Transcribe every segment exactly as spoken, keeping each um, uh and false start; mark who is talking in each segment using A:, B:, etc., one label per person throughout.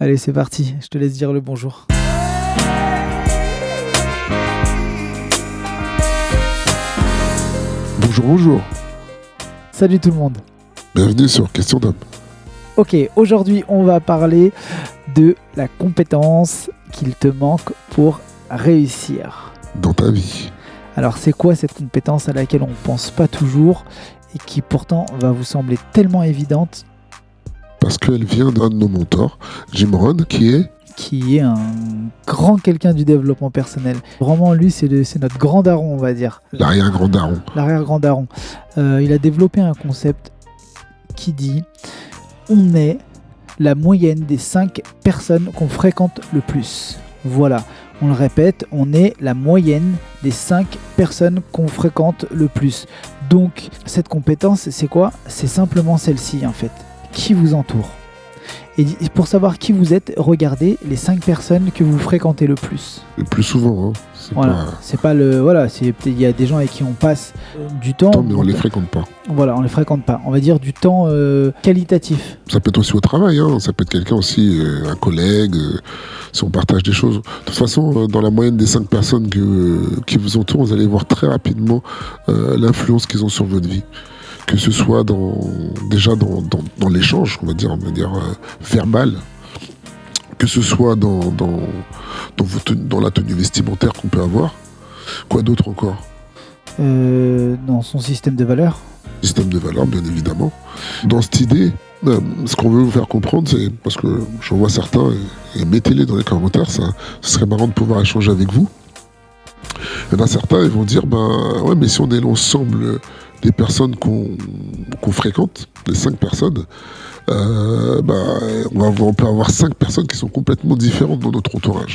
A: Allez, c'est parti, je te laisse dire le bonjour.
B: Bonjour, bonjour.
A: Salut tout le monde.
B: Bienvenue sur Question d'homme.
A: Ok, aujourd'hui on va parler de la compétence qu'il te manque pour réussir.
B: Dans ta vie.
A: Alors c'est quoi cette compétence à laquelle on ne pense pas toujours et qui pourtant va vous sembler tellement évidente?
B: Parce qu'elle vient d'un de nos mentors, Jim Rohn, qui est...
A: qui est un grand quelqu'un du développement personnel. Vraiment, lui, c'est, le, c'est notre grand daron, on va dire.
B: L'arrière-grand daron.
A: L'arrière-grand daron. Euh, il a développé un concept qui dit « On est la moyenne des cinq personnes qu'on fréquente le plus ». Voilà, on le répète, on est la moyenne des cinq personnes qu'on fréquente le plus. Donc, cette compétence, c'est quoi? C'est simplement celle-ci, en fait. Qui vous entoure? Et pour savoir qui vous êtes, regardez les cinq personnes que vous fréquentez le plus.
B: Le plus souvent, hein. C'est
A: voilà,
B: pas...
A: c'est pas le voilà, c'est il y a des gens avec qui on passe du temps,
B: temps mais on les fréquente pas.
A: Voilà, on les fréquente pas. On va dire du temps euh, qualitatif.
B: Ça peut être aussi au travail, hein. Ça peut être quelqu'un aussi, euh, un collègue, euh, si on partage des choses. De toute façon, euh, dans la moyenne des cinq personnes que, euh, qui vous entourent, vous allez voir très rapidement euh, l'influence qu'ils ont sur votre vie. Que ce soit dans, déjà dans, dans, dans l'échange, on va dire, on va dire euh, verbal, que ce soit dans, dans, dans, vos ten- dans la tenue vestimentaire qu'on peut avoir. Quoi d'autre encore?
A: Euh, dans son système de valeurs.
B: Système de valeurs, bien évidemment. Dans cette idée, euh, ce qu'on veut vous faire comprendre, c'est, parce que j'en vois certains, et, et mettez-les dans les commentaires, ça, ce serait marrant de pouvoir échanger avec vous. Il y en a certains, ils vont dire, ben ouais, mais si on est l'ensemble des personnes qu'on, qu'on fréquente, les cinq personnes, euh, ben, on, va, on peut avoir cinq personnes qui sont complètement différentes dans notre entourage.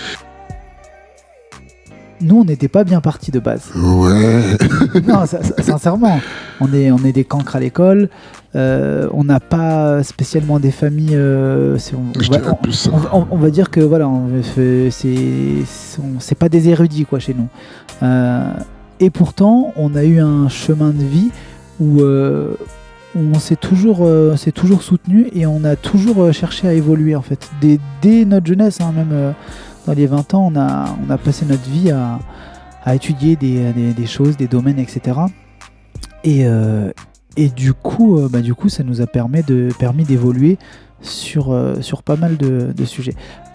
A: Nous, on n'était pas bien partis de base.
B: Ouais.
A: Non, ça, ça, sincèrement, on est, on est des cancres à l'école. Euh, on n'a pas spécialement des familles. Euh, c'est, on,
B: Je
A: on, va,
B: dirais plus ça.
A: on, on, on va dire que voilà, on fait, c'est, on, c'est pas des érudits quoi chez nous. Euh, et pourtant, on a eu un chemin de vie où, euh, où on s'est toujours, euh, s'est toujours soutenu et on a toujours cherché à évoluer en fait. Dès, dès notre jeunesse, hein, même. Euh, Dans les vingt ans, on a, on a passé notre vie à, à étudier des, des, des choses, des domaines, et cetera. Et, euh, et du, coup, euh, bah, du coup, ça nous a permis, de, permis d'évoluer sur, euh, sur pas mal de, de sujets.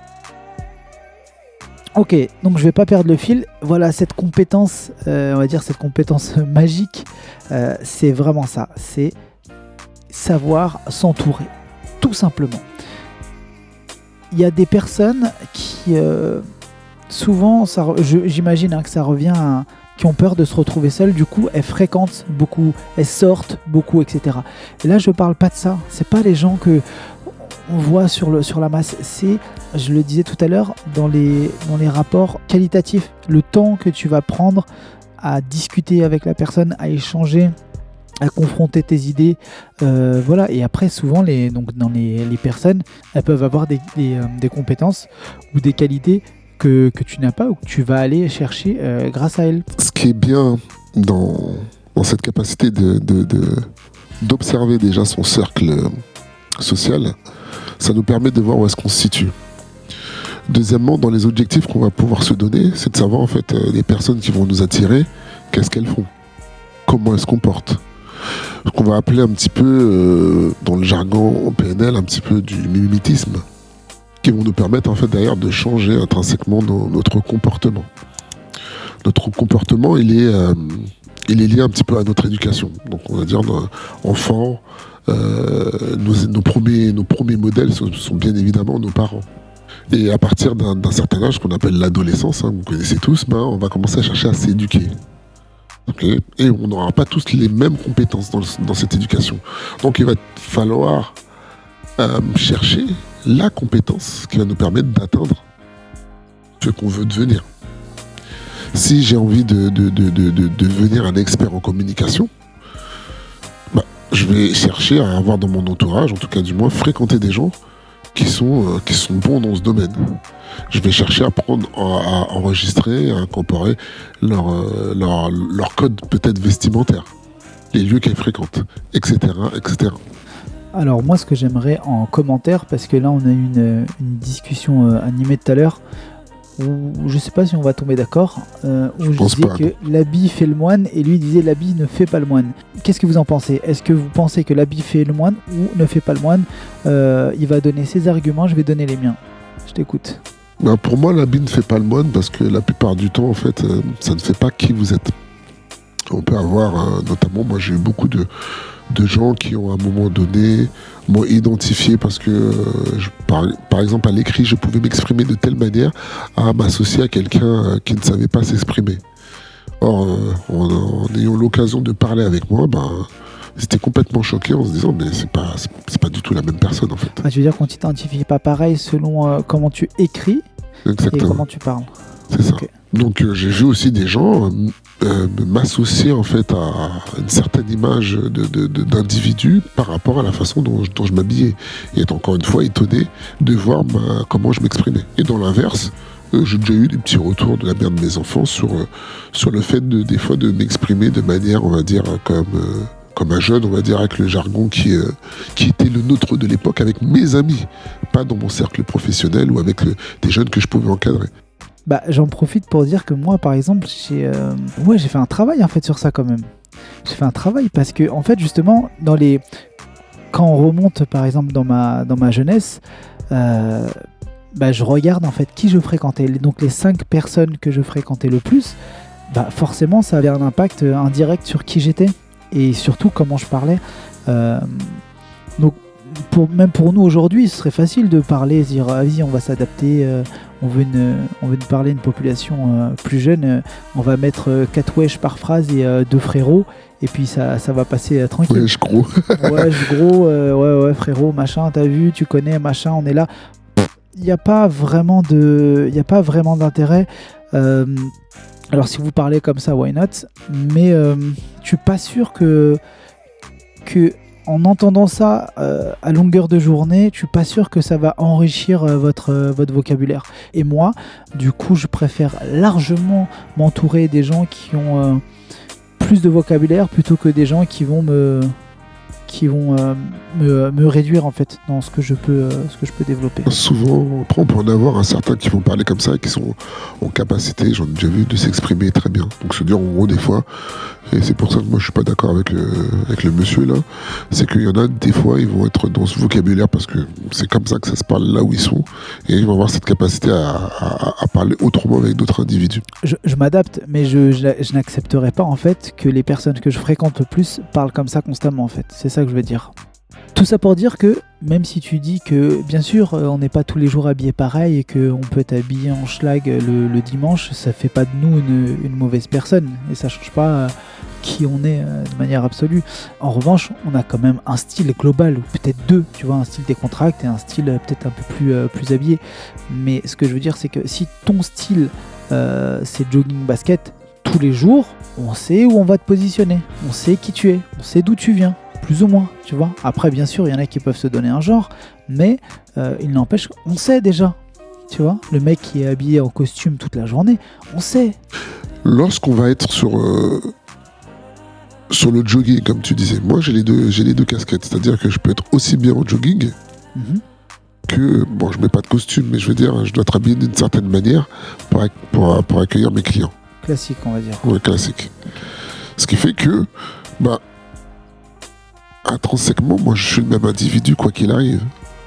A: Ok, donc je vais pas perdre le fil. Voilà, cette compétence, euh, on va dire cette compétence magique, euh, c'est vraiment ça. C'est savoir s'entourer, tout simplement. Il y a des personnes qui, euh, souvent, ça, je, j'imagine hein, que ça revient à, qui ont peur de se retrouver seules, du coup, elles fréquentent beaucoup, elles sortent beaucoup, et cetera. Et là, je parle pas de ça. C'est pas les gens que on voit sur, le, sur la masse. C'est, je le disais tout à l'heure, dans les, dans les rapports qualitatifs. Le temps que tu vas prendre à discuter avec la personne, à échanger, à confronter tes idées, euh, voilà. Et après, souvent, les, donc, dans les, les personnes, elles peuvent avoir des, des, euh, des compétences ou des qualités que, que tu n'as pas ou que tu vas aller chercher euh, grâce à elles.
B: Ce qui est bien dans, dans cette capacité de, de, de, d'observer déjà son cercle social, ça nous permet de voir où est-ce qu'on se situe. Deuxièmement, dans les objectifs qu'on va pouvoir se donner, c'est de savoir en fait euh, les personnes qui vont nous attirer, qu'est-ce qu'elles font, comment elles se comportent. Ce qu'on va appeler un petit peu, euh, dans le jargon P N L, un petit peu du mimétisme, qui vont nous permettre en fait d'ailleurs de changer intrinsèquement nos, notre comportement. Notre comportement, il est, euh, il est lié un petit peu à notre éducation. Donc on va dire, nos enfants, euh, nos, nos, premiers, nos premiers modèles sont, sont bien évidemment nos parents. Et à partir d'un, d'un certain âge qu'on appelle l'adolescence, hein, vous connaissez tous, ben, on va commencer à chercher à s'éduquer. Okay. Et on n'aura pas tous les mêmes compétences dans, dans cette éducation. Donc il va falloir euh, chercher la compétence qui va nous permettre d'atteindre ce qu'on veut devenir. Si j'ai envie de, de, de, de, de, de devenir un expert en communication, bah, je vais chercher à avoir dans mon entourage, en tout cas du moins, fréquenter des gens qui sont, euh, qui sont bons dans ce domaine. Je vais chercher à prendre, à, à enregistrer, à incorporer leur, euh, leur, leur code peut-être vestimentaire, les lieux qu'elles fréquentent, et cetera, et cetera.
A: Alors moi, ce que j'aimerais en commentaire, parce que là on a eu une, une discussion euh, animée tout à l'heure, où je sais pas si on va tomber d'accord, euh, où je, je disais pas. que l'habit fait le moine et lui disait l'habit ne fait pas le moine. Qu'est-ce que vous en pensez? Est-ce que vous pensez que l'habit fait le moine ou ne fait pas le moine? euh, Il va donner ses arguments, je vais donner les miens. Je t'écoute.
B: Ben pour moi, l'habit ne fait pas le moine parce que la plupart du temps, en fait, euh, ça ne fait pas qui vous êtes. On peut avoir, euh, notamment, moi j'ai eu beaucoup de, de gens qui ont à un moment donné m'ont identifié parce que, euh, je, par, par exemple, à l'écrit, je pouvais m'exprimer de telle manière à m'associer à quelqu'un euh, qui ne savait pas s'exprimer. Or, euh, en, en ayant l'occasion de parler avec moi, ben, j'étais complètement choqué en se disant mais c'est pas, c'est, c'est pas du tout la même personne en fait.
A: Ah, tu veux dire qu'on t'identifie pas pareil selon euh, comment tu écris. Exactement. Et comment tu parles.
B: C'est ça. Okay. Donc euh, j'ai vu aussi des gens euh, m'associer en fait à une certaine image de, de, de, d'individu par rapport à la façon dont je, dont je m'habillais. Et être encore une fois étonné de voir ma, comment je m'exprimais. Et dans l'inverse, euh, j'ai déjà eu des petits retours de la mère de mes enfants sur, euh, sur le fait de, des fois de m'exprimer de manière, on va dire, comme... Euh, comme un jeune, on va dire, avec le jargon qui, euh, qui était le nôtre de l'époque, avec mes amis, pas dans mon cercle professionnel ou avec le, des jeunes que je pouvais encadrer.
A: Bah, j'en profite pour dire que moi, par exemple, j'ai, euh, ouais, j'ai fait un travail en fait sur ça quand même. J'ai fait un travail parce que, en fait, justement, dans les... quand on remonte, par exemple, dans ma, dans ma jeunesse, euh, bah, je regarde en fait qui je fréquentais. Donc les cinq personnes que je fréquentais le plus, bah, forcément, ça avait un impact indirect sur qui j'étais. Et surtout comment je parlais. Euh, donc pour, même pour nous aujourd'hui, ce serait facile de parler, se dire ah, vas-y, on va s'adapter, euh, on veut une, on veut parler à une population euh, plus jeune, euh, on va mettre euh, quatre wesh par phrase et euh, deux frérots, et puis ça, ça va passer euh, tranquille.
B: Wesh gros.
A: Wesh gros, euh, ouais ouais frérot, machin, t'as vu, tu connais, machin, on est là. Il n'y a pas vraiment de, il y a pas vraiment d'intérêt. Euh, Alors si vous parlez comme ça, why not? Mais euh, je suis pas sûr que, que en entendant ça euh, à longueur de journée, je suis pas sûr que ça va enrichir euh, votre, euh, votre vocabulaire. Et moi, du coup, je préfère largement m'entourer des gens qui ont euh, plus de vocabulaire plutôt que des gens qui vont me... qui vont euh, me, me réduire en fait dans ce que je peux, euh, ce que je peux développer.
B: Souvent, après, on peut en avoir un certain qui vont parler comme ça et qui sont en capacité, j'en ai déjà vu, de s'exprimer très bien. Donc se dire en gros des fois, et c'est pour ça que moi je suis pas d'accord avec le, avec le monsieur là, c'est qu'il y en a des fois ils vont être dans ce vocabulaire parce que c'est comme ça que ça se parle là où ils sont et ils vont avoir cette capacité à, à, à parler autrement avec d'autres individus.
A: Je, je m'adapte, mais je, je, je n'accepterai pas en fait que les personnes que je fréquente le plus parlent comme ça constamment en fait. C'est ça que je veux dire. Tout ça pour dire que même si tu dis que bien sûr on n'est pas tous les jours habillés pareil et qu'on peut être habillé en schlag le, le dimanche, ça fait pas de nous une, une mauvaise personne et ça change pas qui on est de manière absolue. En revanche, on a quand même un style global ou peut-être deux, tu vois, un style décontracté et un style peut-être un peu plus, euh, plus habillé. Mais ce que je veux dire, c'est que si ton style euh, c'est jogging basket, tous les jours, on sait où on va te positionner, on sait qui tu es, on sait d'où tu viens. Plus ou moins, tu vois. Après, bien sûr, il y en a qui peuvent se donner un genre, mais euh, il n'empêche, on sait déjà, tu vois. Le mec qui est habillé en costume toute la journée, on sait. Lorsqu'on
B: va être sur, euh, sur le jogging, comme tu disais, moi j'ai les deux, j'ai les deux casquettes, c'est-à-dire que je peux être aussi bien en jogging mm-hmm. que, bon, je mets pas de costume, mais je veux dire, je dois être habillé d'une certaine manière pour, pour, pour accueillir mes clients.
A: Classique, on va dire.
B: Ouais, classique. Ce qui fait que, bah, intrinsèquement, moi je suis le même individu quoi qu'il arrive.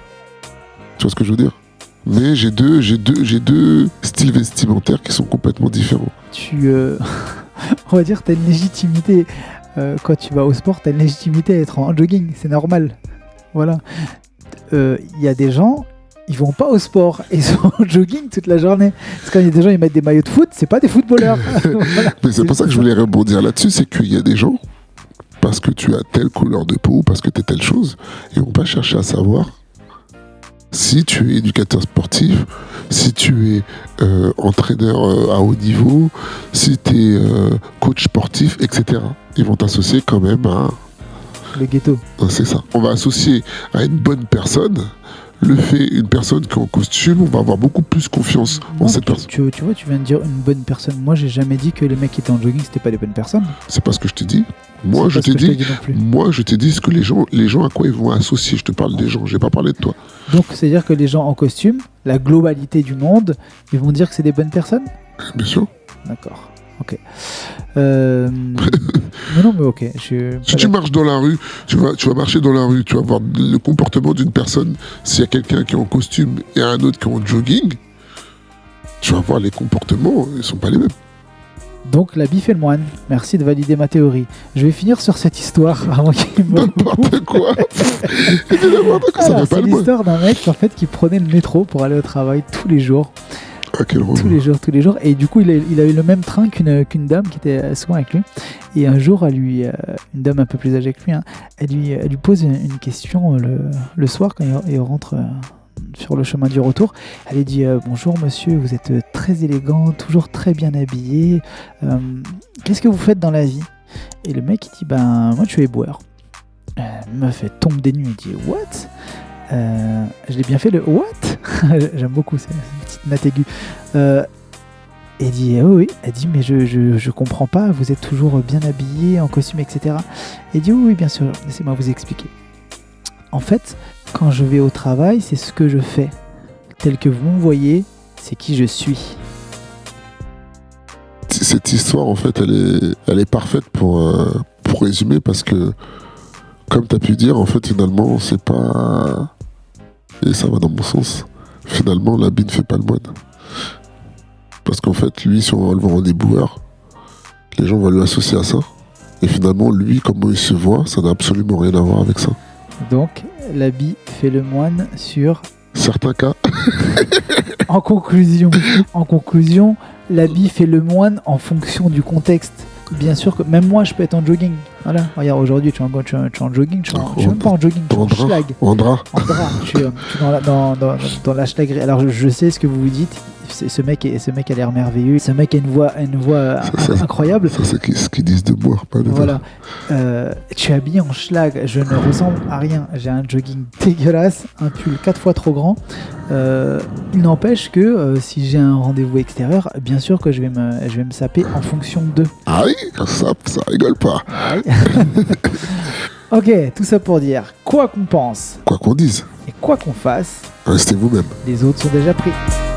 B: Tu vois ce que je veux dire? Mais j'ai deux, j'ai deux, j'ai deux styles vestimentaires qui sont complètement différents.
A: Tu, euh, on va dire, t'as une légitimité euh, quand tu vas au sport, t'as une légitimité à être en jogging, c'est normal. Voilà. Il euh, y a des gens, ils vont pas au sport et ils sont en jogging toute la journée. Parce que quand il y a des gens, ils mettent des maillots de foot, c'est pas des footballeurs. Voilà.
B: Mais c'est, c'est pour ça que je voulais rebondir là-dessus, c'est qu'il y a des gens. Parce que tu as telle couleur de peau, parce que tu es telle chose, et on va chercher à savoir si tu es éducateur sportif, si tu es euh, entraîneur euh, à haut niveau, si tu es euh, coach sportif, et cetera. Ils vont t'associer quand même à...
A: Le ghetto.
B: C'est ça. On va associer à une bonne personne le fait, une personne qui est en costume, on va avoir beaucoup plus confiance
A: non,
B: en cette
A: tu,
B: personne.
A: Tu, tu vois, tu viens de dire une bonne personne. Moi, j'ai jamais dit que les mecs qui étaient en jogging, c'était pas des bonnes personnes.
B: C'est pas ce que je t'ai dit. Moi,
A: C'est
B: je
A: pas ce
B: t'ai
A: que je t'ai
B: dit,
A: dit non plus.
B: moi, je t'ai dit ce que les gens, les gens à quoi ils vont associer. Je te parle des gens, j'ai pas parlé de toi.
A: Donc, c'est-à-dire que les gens en costume, la globalité du monde, ils vont dire que c'est des bonnes personnes?
B: Bien sûr.
A: D'accord. Ok. Euh... mais non, mais ok. Je...
B: Si tu marches dans la rue, tu vas, tu vas marcher dans la rue, tu vas voir le comportement d'une personne. S'il y a quelqu'un qui est en costume et un autre qui est en jogging, tu vas voir les comportements, ils sont pas les mêmes.
A: Donc, l'habit fait le moine. Merci de valider ma théorie. Je vais finir sur cette histoire avant qu'il me
B: N'importe quoi. N'importe quoi, ça
A: Alors,
B: fait pas
A: c'est
B: le moine.
A: l'histoire d'un mec en fait qui prenait le métro pour aller au travail tous les jours.
B: Ah, quel relou.
A: Tous les jours, tous les jours. Et du coup, il a, il a eu le même train qu'une qu'une dame qui était souvent avec lui. Et un jour, elle lui, euh, une dame un peu plus âgée que lui, hein, elle, lui elle lui pose une, une question euh, le, le soir quand il, il rentre euh, sur le chemin du retour. Elle lui dit euh, bonjour monsieur, vous êtes euh, très élégant, toujours très bien habillé. Euh, Qu'est-ce que vous faites dans la vie? Et le mec, il dit ben, moi, je suis éboueur. Euh, La meuf, elle tombe des nues. Elle dit what? Euh, je l'ai bien fait le what? J'aime beaucoup, c'est une petite natte aiguë. Euh, et elle dit, oh oui, elle dit, mais je, je, je comprends pas, vous êtes toujours bien habillé, en costume, et cetera. Et elle dit, oui, oui, bien sûr, laissez-moi vous expliquer. En fait, quand je vais au travail, c'est ce que je fais. Tel que vous me voyez, c'est qui je suis.
B: Cette histoire, en fait, elle est, elle est parfaite pour, euh, pour résumer parce que, comme tu as pu dire, en fait, finalement, c'est pas. Et ça va dans mon sens. Finalement, l'habit ne fait pas le moine. Parce qu'en fait, lui, si on va le voir en éboueur, les gens vont lui associer à ça. Et finalement, lui, comment il se voit, ça n'a absolument rien à voir avec ça.
A: Donc, l'habit fait le moine sur...
B: Certains cas.
A: En conclusion, en conclusion, l'habit fait le moine en fonction du contexte. Bien sûr que même moi, je peux être en jogging. Voilà, regarde, aujourd'hui, tu es en, tu es en- tu es en jogging, je suis, en- je suis même pas en jogging, je suis
B: En
A: en
B: drap.
A: schlag.
B: En drap.
A: En drap, je suis, euh, je suis dans, la, dans, dans, dans la schlagerie. Alors, je, je sais ce que vous vous dites. C'est- Ce mec, est- ce mec a l'air merveilleux. Ce mec a une voix, une voix euh,
B: Ça, ça-
A: incroyable.
B: Ça, c'est ce qu'ils disent de moi, pas de
A: Voilà. Euh, tu es habillé en schlag. Je ne ressemble à rien. J'ai un jogging dégueulasse, un pull quatre fois trop grand. Euh, il n'empêche que euh, si j'ai un rendez-vous extérieur, bien sûr que je vais me, je vais me saper en fonction d'eux.
B: Ah oui, ça, ça rigole pas.
A: Ouais. Ok, tout ça pour dire, quoi qu'on pense
B: Quoi qu'on dise,
A: et quoi qu'on fasse,
B: restez vous-même.
A: les autres sont déjà pris.